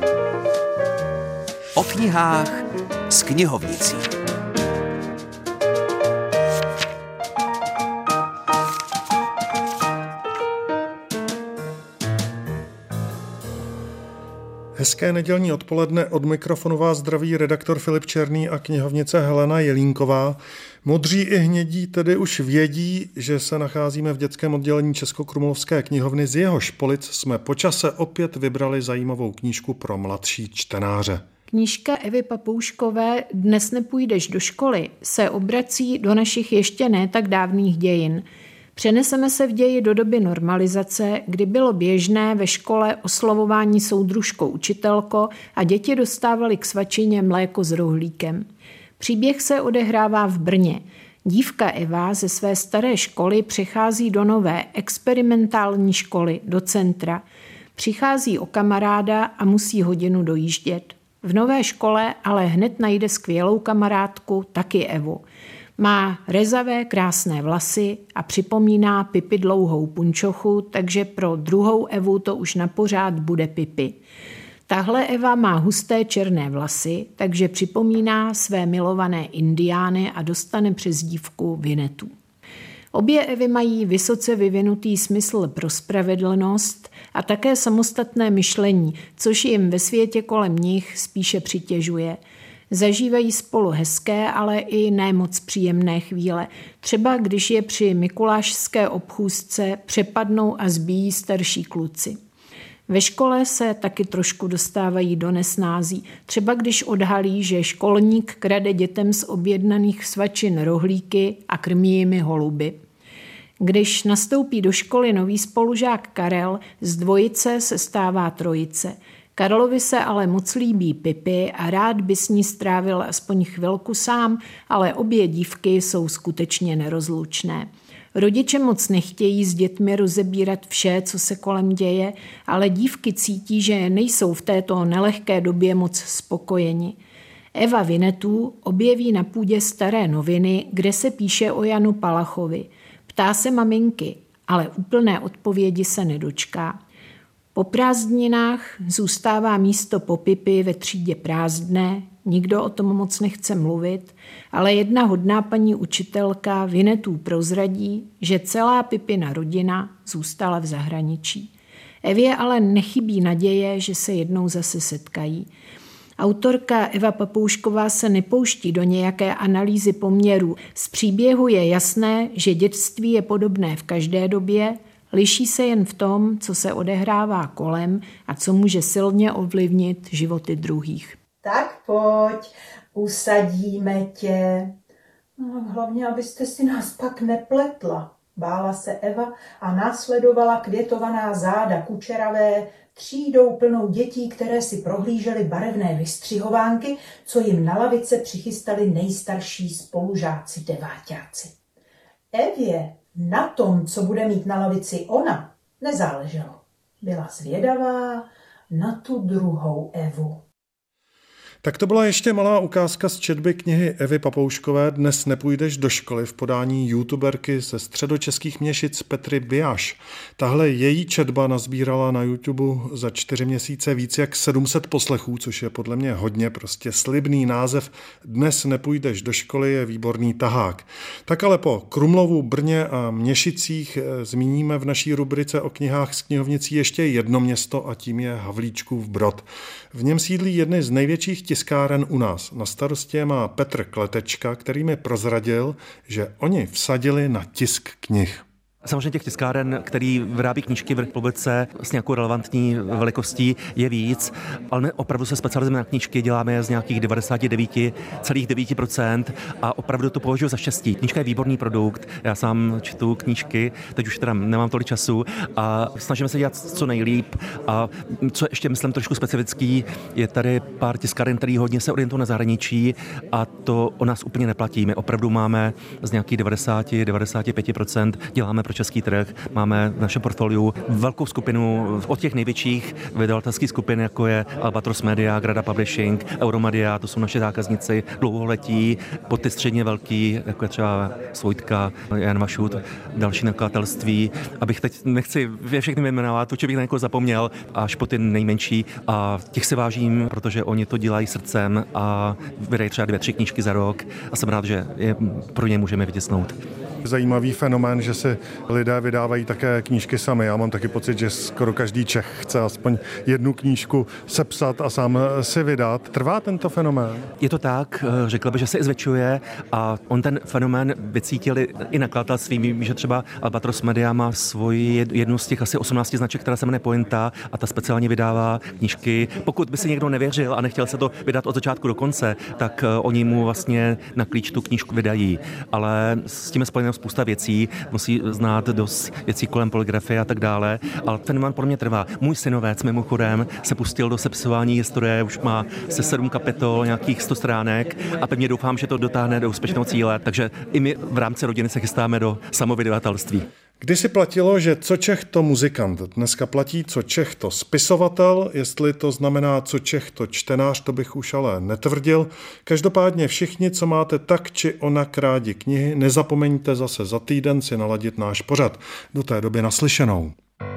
O knihách s knihovnicí. Hezké nedělní odpoledne, od mikrofonu vás zdraví redaktor Filip Černý a knihovnice Helena Jelínková. Modří i hnědí tedy už vědí, že se nacházíme v dětském oddělení Českokrumlovské knihovny, z jehož polic jsme po čase opět vybrali zajímavou knížku pro mladší čtenáře. Knížka Evy Papouškové Dnes nepůjdeš do školy se obrací do našich ještě ne tak dávných dějin. Přeneseme se v ději do doby normalizace, kdy bylo běžné ve škole oslovování soudružkou učitelko a děti dostávaly k svačině mléko s rohlíkem. Příběh se odehrává v Brně. Dívka Eva ze své staré školy přechází do nové experimentální školy, do centra. Přichází o kamaráda a musí hodinu dojíždět. V nové škole ale hned najde skvělou kamarádku, taky Evu. Má rezavé krásné vlasy a připomíná Pipi dlouhou punčochu, takže pro druhou Evu to už napořád bude Pipi. Tahle Eva má husté černé vlasy, takže připomíná své milované indiány a dostane přezdívku Vinetu. Obě Evy mají vysoce vyvinutý smysl pro spravedlnost a také samostatné myšlení, což jim ve světě kolem nich spíše přitěžuje. Zažívají spolu hezké, ale i nemoc příjemné chvíle. Třeba když je při mikulášské obchůzce přepadnou a zbíjí starší kluci. Ve škole se taky trošku dostávají do nesnází. Třeba když odhalí, že školník krade dětem z objednaných svačin rohlíky a krmí jimi holuby. Když nastoupí do školy nový spolužák Karel, z dvojice se stává trojice. Karlovi se ale moc líbí Pipi a rád by s ní strávil aspoň chvilku sám, ale obě dívky jsou skutečně nerozlučné. Rodiče moc nechtějí s dětmi rozebírat vše, co se kolem děje, ale dívky cítí, že nejsou v této nelehké době moc spokojeni. Eva Vinetu objeví na půdě Staré noviny, kde se píše o Janu Palachovi. Ptá se maminky, ale úplné odpovědi se nedočká. Po prázdninách zůstává místo po Pipi ve třídě prázdné, nikdo o tom moc nechce mluvit, ale jedna hodná paní učitelka Vinetu prozradí, že celá Pipina rodina zůstala v zahraničí. Evě ale nechybí naděje, že se jednou zase setkají. Autorka Eva Papoušková se nepouští do nějaké analýzy poměrů. Z příběhu je jasné, že dětství je podobné v každé době, liší se jen v tom, co se odehrává kolem a co může silně ovlivnit životy druhých. Tak pojď, usadíme tě. No, hlavně, abyste si nás pak nepletla. Bála se Eva a následovala květovaná záda kučeravé, třídou plnou dětí, které si prohlížely barevné vystřihovánky, co jim na lavice přichystali nejstarší spolužáci deváťáci. Evě na tom, co bude mít na lavici ona, nezáleželo. Byla zvědavá na tu druhou Evu. Tak to byla ještě malá ukázka z četby knihy Evy Papouškové Dnes nepůjdeš do školy v podání youtuberky ze středočeských Měšic Petry Biáš. Tahle její četba nazbírala na YouTube za 4 měsíce víc jak 700 poslechů, což je podle mě hodně, prostě slibný název Dnes nepůjdeš do školy je výborný tahák. Tak ale po Krumlovu, Brně a Měšicích zmíníme v naší rubrice o knihách s knihovnicí ještě jedno město a tím je Havlíčkův Brod. V něm sídlí jedny z největších tiskáren u nás. Na starosti má Petr Kletečka, který mi prozradil, že oni vsadili na tisk knih. Samozřejmě těch tiskáren, který vyrábí knížky v republice s nějakou relevantní velikostí, je víc, ale my opravdu se specializujeme na knížky, děláme je z nějakých 99,9% a opravdu to považuji za štěstí. Knížka je výborný produkt, já sám čtu knížky, teď už teda nemám tolik času a snažíme se dělat co nejlíp a co ještě myslím trošku specifický, je tady pár tiskáren, který hodně se orientují na zahraničí a to o nás úplně neplatí. My opravdu máme z nějakých 90-95% děláme pro český trh. Máme v našem portfoliu velkou skupinu od těch největších vydavatelských skupin, jako je Albatros Media, Grada Publishing, Euromedia, to jsou naše zákazníci dlouholetí, po ty středně velký, jako je třeba Svojtka, Jan Vašut, další nakladatelství. Abych teď nechci všechny vyjmenovat, určitě bych na někoho zapomněl, až po ty nejmenší. A těch se vážím, protože oni to dělají srdcem a vydají třeba 2-3 knížky za rok a jsem rád, že je pro ně můžeme vytěsnout. Zajímavý fenomén, že si lidé vydávají také knížky sami. Já mám taky pocit, že skoro každý Čech chce aspoň jednu knížku sepsat a sám si vydat. Trvá tento fenomén? Je to tak, řekl bych, že se i zvětšuje a on ten fenomén vycítili i nakladatelství. Vím, že třeba Albatros Media má svoji jednu z těch asi 18 značek, která se jmenuje Pointa a ta speciálně vydává knížky. Pokud by si někdo nevěřil a nechtěl se to vydat od začátku do konce, tak oni mu vlastně na klíč tu knížku vydají. Ale s tím je spojené spousta věcí, musí znát dost věcí kolem poligrafie a tak dále, ale fenomén pro mě trvá. Můj synovec mimochodem se pustil do sepisování historie, už má se 7 kapitol, nějakých 100 stránek a pevně doufám, že to dotáhne do úspěšného cíle, takže i my v rámci rodiny se chystáme do samovydavatelství. Kdysi platilo, že co Čech, to muzikant. Dneska platí co Čech, to spisovatel. Jestli to znamená co Čech, to čtenář, to bych už ale netvrdil. Každopádně všichni, co máte tak či onak rádi knihy, nezapomeňte zase za týden si naladit náš pořad. Do té doby naslyšenou.